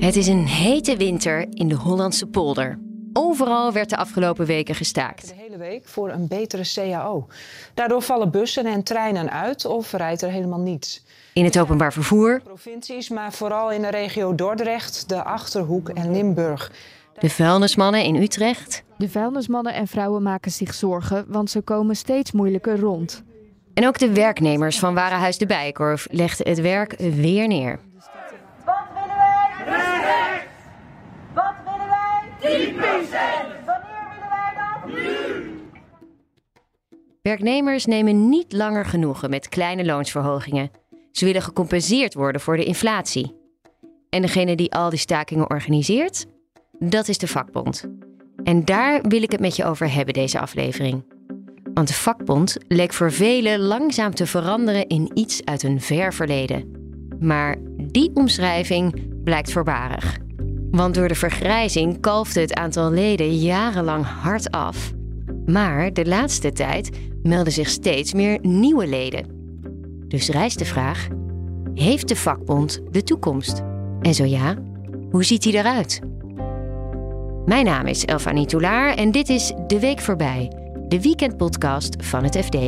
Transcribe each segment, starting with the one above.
Het is een hete winter in de Hollandse polder. Overal werd de afgelopen weken gestaakt. De hele week voor een betere CAO. Daardoor vallen bussen en treinen uit of rijdt er helemaal niets. In het openbaar vervoer. Provincies, maar vooral in de regio Dordrecht, de Achterhoek en Limburg. De vuilnismannen in Utrecht. De vuilnismannen en vrouwen maken zich zorgen, want ze komen steeds moeilijker rond. En ook de werknemers van Warenhuis de Bijenkorf legden het werk weer neer. Wat willen wij? Respect! Wat willen wij? 10%! Wanneer willen wij dat? Nu! Werknemers nemen niet langer genoegen met kleine loonsverhogingen. Ze willen gecompenseerd worden voor de inflatie. En degene die al die stakingen organiseert, dat is de vakbond. En daar wil ik het met je over hebben deze aflevering. Want de vakbond leek voor velen langzaam te veranderen in iets uit een ver verleden. Maar die omschrijving blijkt voorbarig. Want door de vergrijzing kalfde het aantal leden jarenlang hard af. Maar de laatste tijd melden zich steeds meer nieuwe leden. Dus rijst de vraag, heeft de vakbond de toekomst? En zo ja, hoe ziet die eruit? Mijn naam is Elfanie Toulaar en dit is De Week Voorbij, de weekendpodcast van het FD.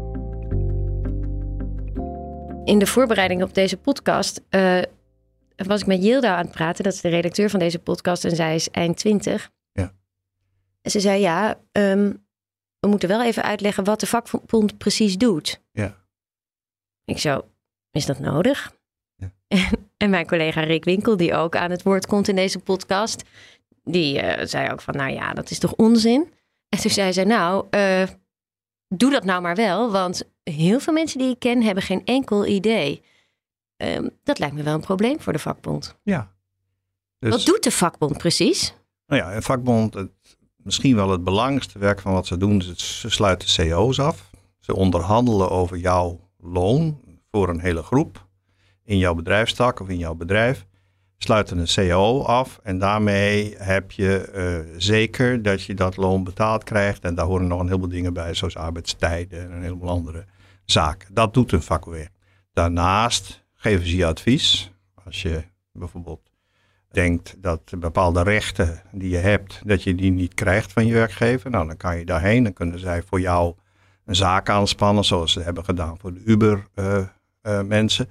In de voorbereiding op deze podcast was ik met Yilda aan het praten. Dat is de redacteur van deze podcast en zij is eind 20. Ja. En ze zei, we moeten wel even uitleggen wat de vakbond precies doet. Ja. Ik zo, is dat nodig? Ja. En mijn collega Rick Winkel, die ook aan het woord komt in deze podcast, die zei ook van, dat is toch onzin? En toen zei ze, doe dat nou maar wel, want heel veel mensen die ik ken hebben geen enkel idee. Dat lijkt me wel een probleem voor de vakbond. Ja. Dus, wat doet de vakbond precies? Een vakbond, misschien wel het belangrijkste werk van wat ze doen, is ze sluiten CO's af. Ze onderhandelen over jouw loon voor een hele groep in jouw bedrijfstak of in jouw bedrijf. Sluiten een CAO af en daarmee heb je zeker dat je dat loon betaald krijgt. En daar horen nog een heleboel dingen bij, zoals arbeidstijden en een heleboel andere zaken. Dat doet een vakbond. Daarnaast geven ze je advies. Als je bijvoorbeeld denkt dat bepaalde rechten die je hebt, dat je die niet krijgt van je werkgever. Nou, dan kan je daarheen. Dan kunnen zij voor jou een zaak aanspannen, zoals ze hebben gedaan voor de Uber mensen.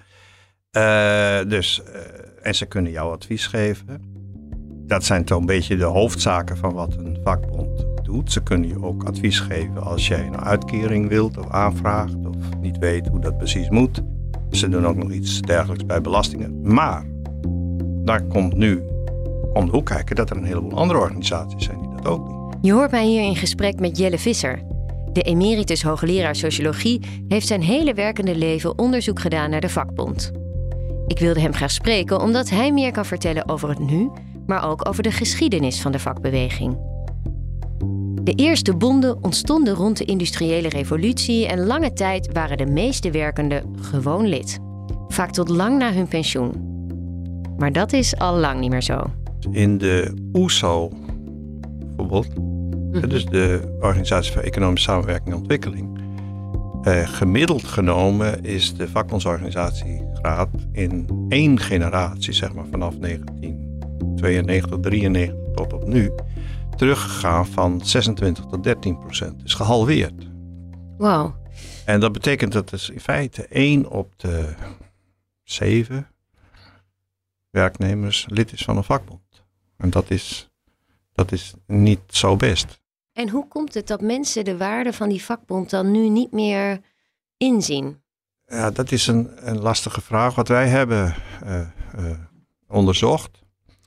En ze kunnen jou advies geven. Dat zijn toch een beetje de hoofdzaken van wat een vakbond doet. Ze kunnen je ook advies geven als jij een uitkering wilt of aanvraagt of niet weet hoe dat precies moet. Ze doen ook nog iets dergelijks bij belastingen. Maar daar komt nu om de hoek kijken dat er een heleboel andere organisaties zijn die dat ook doen. Je hoort mij hier in gesprek met Jelle Visser. De emeritus hoogleraar sociologie heeft zijn hele werkende leven onderzoek gedaan naar de vakbond. Ik wilde hem graag spreken omdat hij meer kan vertellen over het nu, maar ook over de geschiedenis van de vakbeweging. De eerste bonden ontstonden rond de industriële revolutie en lange tijd waren de meeste werkenden gewoon lid. Vaak tot lang na hun pensioen. Maar dat is al lang niet meer zo. In de OESO bijvoorbeeld, dus de Organisatie voor Economische Samenwerking en Ontwikkeling, gemiddeld genomen is de vakbondsorganisatiegraad in 1 generatie, zeg maar vanaf 1992, 93 tot op nu, teruggegaan van 26 tot 13%. Dus gehalveerd. Wow. En dat betekent dat dus in feite 1 op de 7 werknemers lid is van een vakbond. En dat is niet zo best. En hoe komt het dat mensen de waarde van die vakbond dan nu niet meer inzien? Ja, dat is een lastige vraag. Wat wij hebben onderzocht,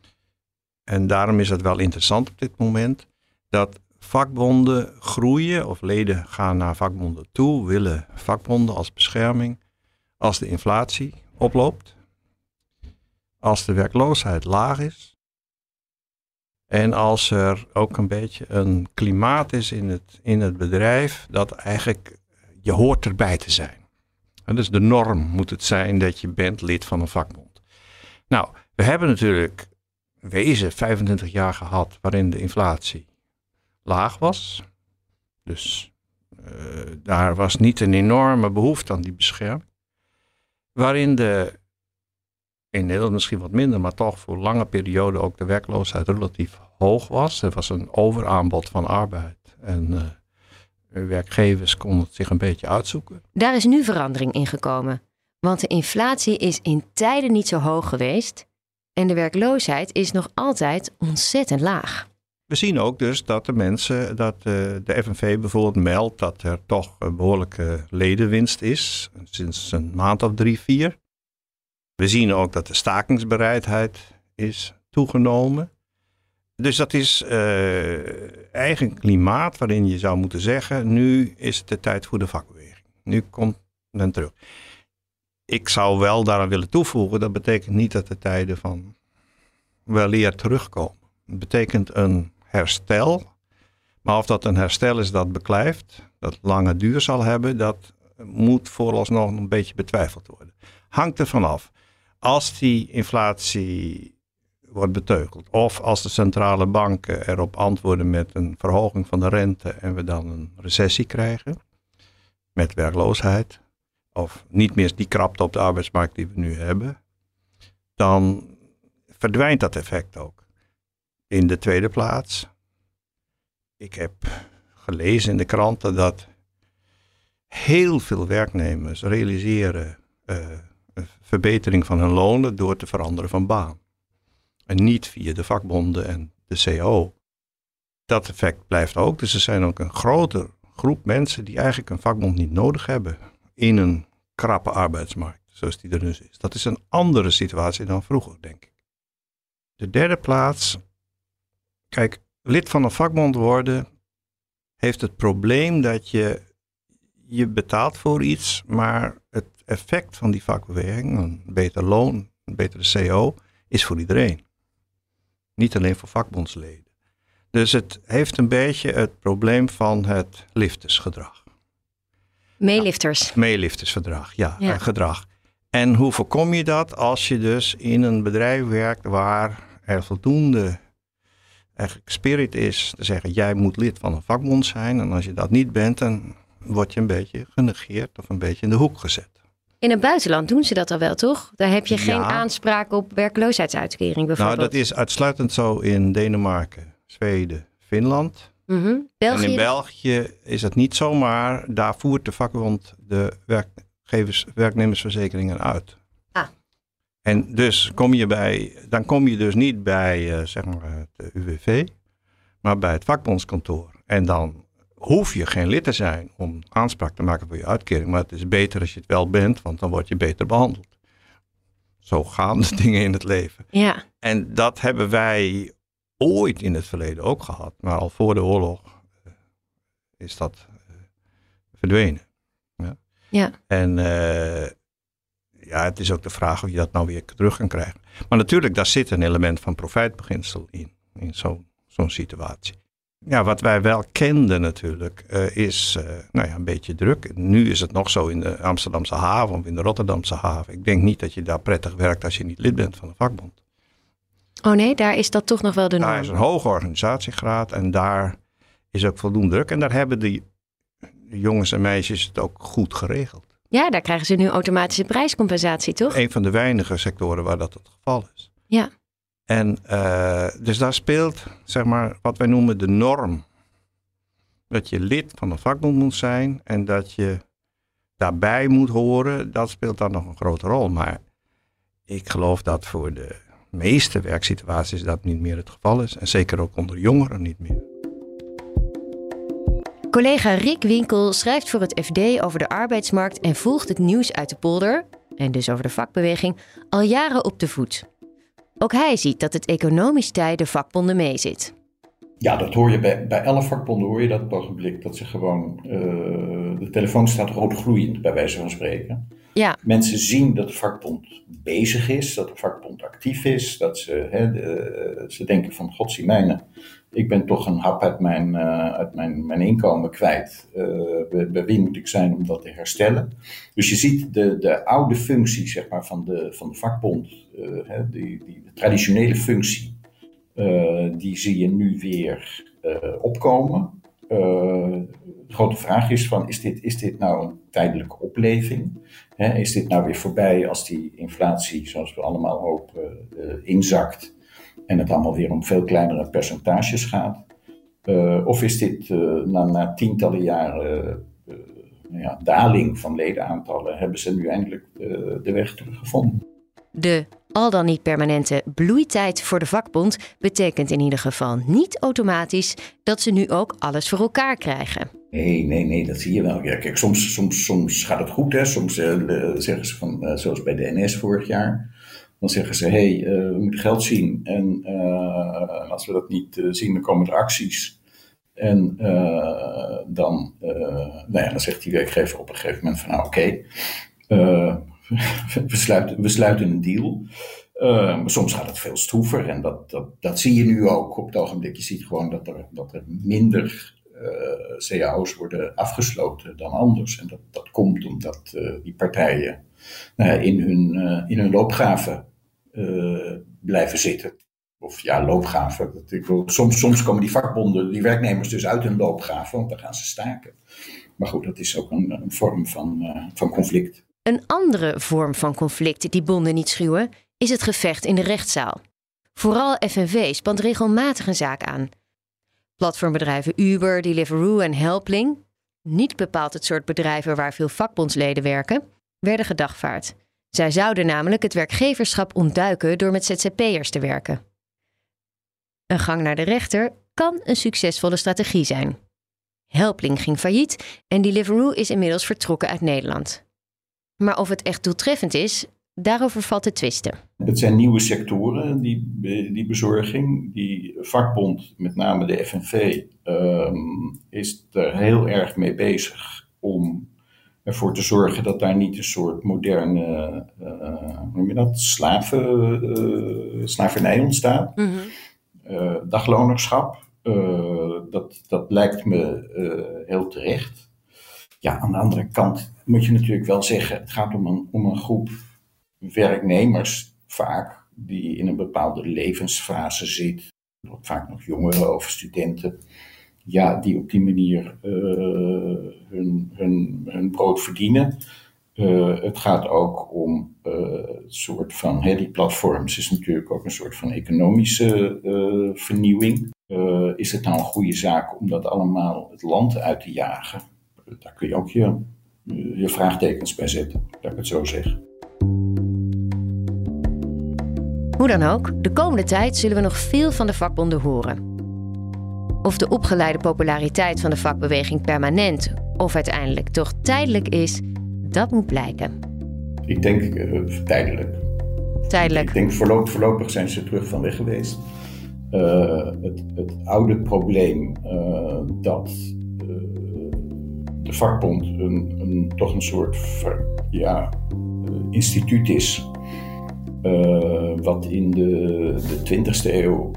en daarom is het wel interessant op dit moment, dat vakbonden groeien of leden gaan naar vakbonden toe, willen vakbonden als bescherming als de inflatie oploopt, als de werkloosheid laag is en als er ook een beetje een klimaat is in het bedrijf dat eigenlijk je hoort erbij te zijn. En dus de norm moet het zijn dat je bent lid van een vakbond. Nou, we hebben natuurlijk 25 jaar gehad waarin de inflatie laag was. Dus daar was niet een enorme behoefte aan die bescherming. Waarin de in Nederland misschien wat minder, maar toch voor lange perioden ook de werkloosheid relatief hoog was. Er was een overaanbod van arbeid en werkgevers konden het zich een beetje uitzoeken. Daar is nu verandering in gekomen. Want de inflatie is in tijden niet zo hoog geweest en de werkloosheid is nog altijd ontzettend laag. We zien ook dus dat de FNV bijvoorbeeld meldt dat er toch een behoorlijke ledenwinst is, sinds een maand of 3, 4. We zien ook dat de stakingsbereidheid is toegenomen. Dus dat is eigenlijk een klimaat waarin je zou moeten zeggen, nu is het de tijd voor de vakbeweging. Nu komt men terug. Ik zou wel daaraan willen toevoegen, dat betekent niet dat de tijden van weleer terugkomen. Het betekent een herstel, maar of dat een herstel is dat beklijft, dat lange duur zal hebben, dat moet vooralsnog een beetje betwijfeld worden. Hangt ervan af. Als die inflatie wordt beteugeld of als de centrale banken erop antwoorden met een verhoging van de rente en we dan een recessie krijgen met werkloosheid of niet meer die krapte op de arbeidsmarkt die we nu hebben, dan verdwijnt dat effect ook. In de tweede plaats, ik heb gelezen in de kranten dat heel veel werknemers realiseren een verbetering van hun lonen door te veranderen van baan. En niet via de vakbonden en de CAO. Dat effect blijft ook. Dus er zijn ook een grote groep mensen die eigenlijk een vakbond niet nodig hebben in een krappe arbeidsmarkt, zoals die er nu is. Dat is een andere situatie dan vroeger, denk ik. De derde plaats, kijk, lid van een vakbond worden heeft het probleem dat je betaalt voor iets, maar het effect van die vakbeweging, een beter loon, een betere CO, is voor iedereen. Niet alleen voor vakbondsleden. Dus het heeft een beetje het probleem van het liftersgedrag. Meelifters. Meeliftersgedrag, gedrag. En hoe voorkom je dat als je dus in een bedrijf werkt waar er voldoende eigenlijk spirit is te zeggen, jij moet lid van een vakbond zijn. En als je dat niet bent, dan word je een beetje genegeerd of een beetje in de hoek gezet. In het buitenland doen ze dat al wel, toch? Daar heb je geen aanspraak op werkloosheidsuitkering bijvoorbeeld. Nou, dat is uitsluitend zo in Denemarken, Zweden, Finland. Mm-hmm. En in België is het niet zo, maar daar voert de vakbond de werknemersverzekeringen uit. Ah. En dus dan kom je dus niet bij zeg maar het UWV, maar bij het vakbondskantoor. En dan hoef je geen lid te zijn om aanspraak te maken voor je uitkering. Maar het is beter als je het wel bent, want dan word je beter behandeld. Zo gaan de dingen in het leven. Ja. En dat hebben wij ooit in het verleden ook gehad. Maar al voor de oorlog is dat verdwenen. Ja. Ja. En het is ook de vraag of je dat nou weer terug kan krijgen. Maar natuurlijk, daar zit een element van profijtbeginsel in zo'n situatie. Ja, wat wij wel kenden natuurlijk is een beetje druk. Nu is het nog zo in de Amsterdamse haven of in de Rotterdamse haven. Ik denk niet dat je daar prettig werkt als je niet lid bent van een vakbond. Oh nee, daar is dat toch nog wel de norm? Daar is een hoge organisatiegraad en daar is ook voldoende druk. En daar hebben de jongens en meisjes het ook goed geregeld. Ja, daar krijgen ze nu automatische prijscompensatie, toch? Een van de weinige sectoren waar dat het geval is. Ja. En dus daar speelt, zeg maar, wat wij noemen de norm. Dat je lid van een vakbond moet zijn en dat je daarbij moet horen, dat speelt dan nog een grote rol. Maar ik geloof dat voor de meeste werksituaties dat niet meer het geval is. En zeker ook onder jongeren niet meer. Collega Rick Winkel schrijft voor het FD over de arbeidsmarkt en volgt het nieuws uit de polder, en dus over de vakbeweging, al jaren op de voet. Ook hij ziet dat het economisch tij de vakbonden meezit. Ja, dat hoor je bij alle vakbonden, hoor je dat op het ogenblik. Dat ze gewoon, de telefoon staat rood gloeiend, bij wijze van spreken. Ja. Mensen zien dat de vakbond bezig is, dat de vakbond actief is. Dat ze denken van, godzijmijne, ik ben toch een hap uit mijn inkomen kwijt. Bij wie moet ik zijn om dat te herstellen? Dus je ziet de oude functie, zeg maar, van de vakbond, die traditionele functie, die zie je nu weer opkomen. de grote vraag is van, is dit nou een tijdelijke opleving? Is dit nou weer voorbij als die inflatie, zoals we allemaal hopen, inzakt en het allemaal weer om veel kleinere percentages gaat? Of is dit na tientallen jaren daling van ledenaantallen, hebben ze nu eindelijk de weg teruggevonden? De al dan niet permanente bloeitijd voor de vakbond betekent in ieder geval niet automatisch dat ze nu ook alles voor elkaar krijgen. Nee, dat zie je wel. Ja, kijk, soms gaat het goed. Hè. Soms zeggen ze van, zoals bij de NS vorig jaar, dan zeggen ze, we moeten geld zien. En als we dat niet zien, dan komen er acties. En dan zegt die werkgever op een gegeven moment van, we sluiten een deal. Maar soms gaat het veel stroever en dat zie je nu ook op het ogenblik. Je ziet gewoon dat er minder cao's worden afgesloten dan anders. En dat komt omdat die partijen in hun loopgraven blijven zitten. Of loopgraven. Soms komen die vakbonden, die werknemers dus uit hun loopgraven, want dan gaan ze staken. Maar goed, dat is ook een vorm van conflict. Een andere vorm van conflict die bonden niet schuwen, is het gevecht in de rechtszaal. Vooral FNV spant regelmatig een zaak aan. Platformbedrijven Uber, Deliveroo en Helpling, niet bepaald het soort bedrijven waar veel vakbondsleden werken, werden gedagvaard. Zij zouden namelijk het werkgeverschap ontduiken door met ZZP'ers te werken. Een gang naar de rechter kan een succesvolle strategie zijn. Helpling ging failliet en Deliveroo is inmiddels vertrokken uit Nederland. Maar of het echt doeltreffend is, daarover valt te twisten. Het zijn nieuwe sectoren, die bezorging. Die vakbond, met name de FNV, is er heel erg mee bezig om ervoor te zorgen dat daar niet een soort moderne slavernij ontstaat. Mm-hmm. Daglonerschap, dat lijkt me heel terecht. Ja, aan de andere kant moet je natuurlijk wel zeggen, het gaat om een groep werknemers vaak die in een bepaalde levensfase zit. Vaak nog jongeren of studenten. Ja, die op die manier hun brood verdienen. Het gaat ook om een soort van, die platforms is natuurlijk ook een soort van economische vernieuwing. Is het nou een goede zaak om dat allemaal het land uit te jagen? Daar kun je ook je vraagtekens bij zetten, dat ik het zo zeg. Hoe dan ook, de komende tijd zullen we nog veel van de vakbonden horen. Of de opgeleide populariteit van de vakbeweging permanent of uiteindelijk toch tijdelijk is, dat moet blijken. Ik denk tijdelijk. Tijdelijk. Ik denk voorlopig zijn ze terug van weg geweest. Het oude probleem dat de vakbond toch een soort instituut is, wat in de 20e eeuw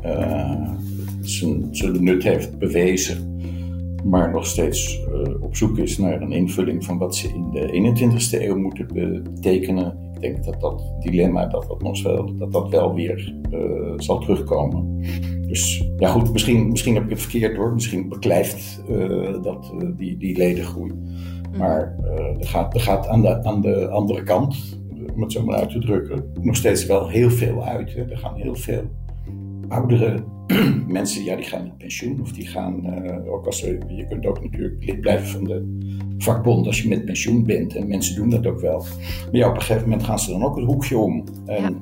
zijn nut heeft bewezen, maar nog steeds op zoek is naar een invulling van wat ze in de 21e eeuw moeten betekenen. Ik denk dat dilemma, dat wel weer zal terugkomen. Dus ja goed, misschien heb ik het verkeerd hoor. Misschien beklijft die ledengroei. Maar er gaat aan de andere kant, om het zo maar uit te drukken, nog steeds wel heel veel uit. Hè. Er gaan heel veel oudere mensen, die gaan met pensioen. Of die gaan, je kunt ook natuurlijk lid blijven van de vakbond als je met pensioen bent. En mensen doen dat ook wel. Maar op een gegeven moment gaan ze dan ook het hoekje om. En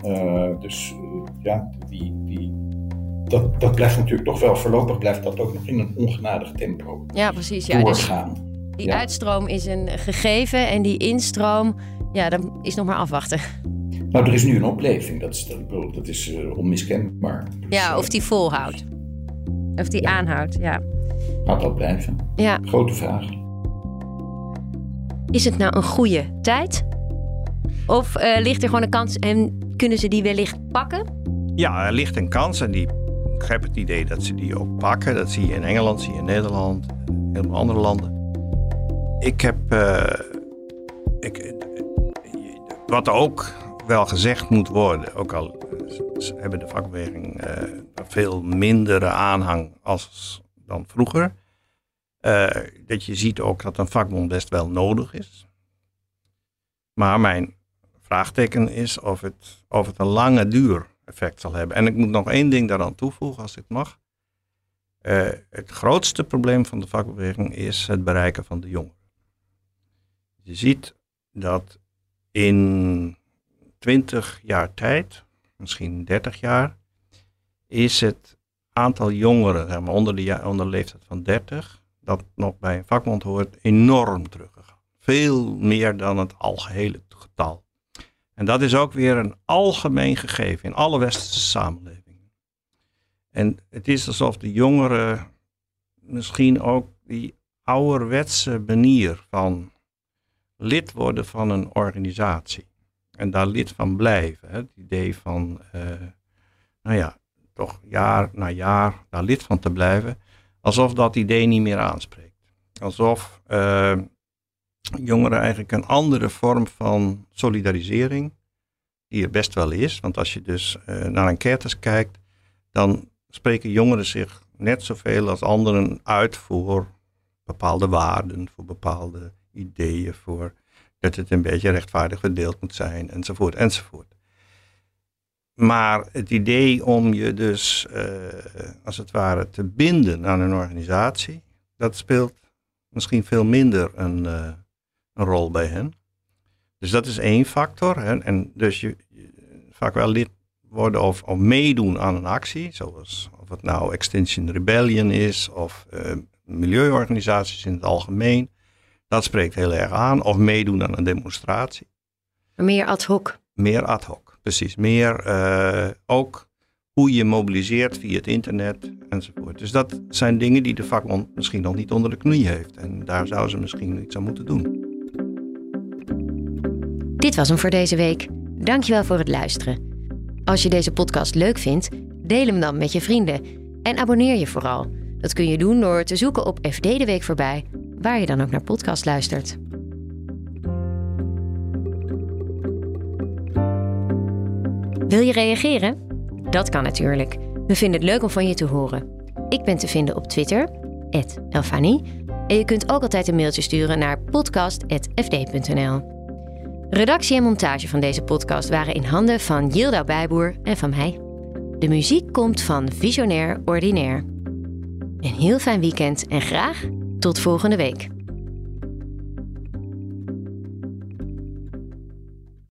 dat blijft natuurlijk toch wel, voorlopig blijft dat ook nog in een ongenadig tempo doorgaan. Dus die uitstroom is een gegeven en die instroom, dan is nog maar afwachten. Nou, er is nu een opleving, dat is onmiskenbaar. Dus, of die volhoudt. Of die aanhoudt, Gaat dat blijven? Ja. Grote vraag. Is het nou een goede tijd? Of ligt er gewoon een kans en kunnen ze die wellicht pakken? Ja, er ligt een kans en ik heb het idee dat ze die ook pakken. Dat zie je in Engeland, zie je in Nederland, heel veel andere landen. Wat er ook wel gezegd moet worden, ook al hebben de vakbeweging veel mindere aanhang dan vroeger. Dat je ziet ook dat een vakbond best wel nodig is. Maar mijn vraagteken is of het een lange duur effect zal hebben. En ik moet nog 1 ding daaraan toevoegen, als dit mag. Het grootste probleem van de vakbeweging is het bereiken van de jongeren. Je ziet dat in 20 jaar tijd, misschien 30 jaar, is het aantal jongeren, zeg maar, onder de leeftijd van 30, dat nog bij een vakbond hoort, enorm teruggegaan. Veel meer dan het algehele getal. En dat is ook weer een algemeen gegeven in alle westerse samenlevingen. En het is alsof de jongeren misschien ook die ouderwetse manier van lid worden van een organisatie. En daar lid van blijven. Hè? Het idee van, toch jaar na jaar daar lid van te blijven. Alsof dat idee niet meer aanspreekt. Alsof jongeren eigenlijk een andere vorm van solidarisering, die er best wel is. Want als je dus naar enquêtes kijkt, dan spreken jongeren zich net zoveel als anderen uit voor bepaalde waarden, voor bepaalde ideeën, voor dat het een beetje rechtvaardig verdeeld moet zijn, enzovoort, enzovoort. Maar het idee om je dus, als het ware, te binden aan een organisatie, dat speelt misschien veel minder een rol bij hen. Dus dat is 1 factor. Hè? En dus je vaak wel lid worden of meedoen aan een actie, zoals of het nou Extinction Rebellion is of milieuorganisaties in het algemeen. Dat spreekt heel erg aan. Of meedoen aan een demonstratie. Meer ad hoc. Meer ad hoc, precies. Meer ook hoe je mobiliseert via het internet enzovoort. Dus dat zijn dingen die de vakbond misschien nog niet onder de knie heeft. En daar zou ze misschien iets aan moeten doen. Dit was hem voor deze week. Dankjewel voor het luisteren. Als je deze podcast leuk vindt, deel hem dan met je vrienden. En abonneer je vooral. Dat kun je doen door te zoeken op FD de Week voorbij, waar je dan ook naar podcast luistert. Wil je reageren? Dat kan natuurlijk. We vinden het leuk om van je te horen. Ik ben te vinden op Twitter, @Elfanie. En je kunt ook altijd een mailtje sturen naar podcast@fd.nl. Redactie en montage van deze podcast waren in handen van Yildau Bijboer en van mij. De muziek komt van Visionair Ordinaire. Een heel fijn weekend en graag tot volgende week.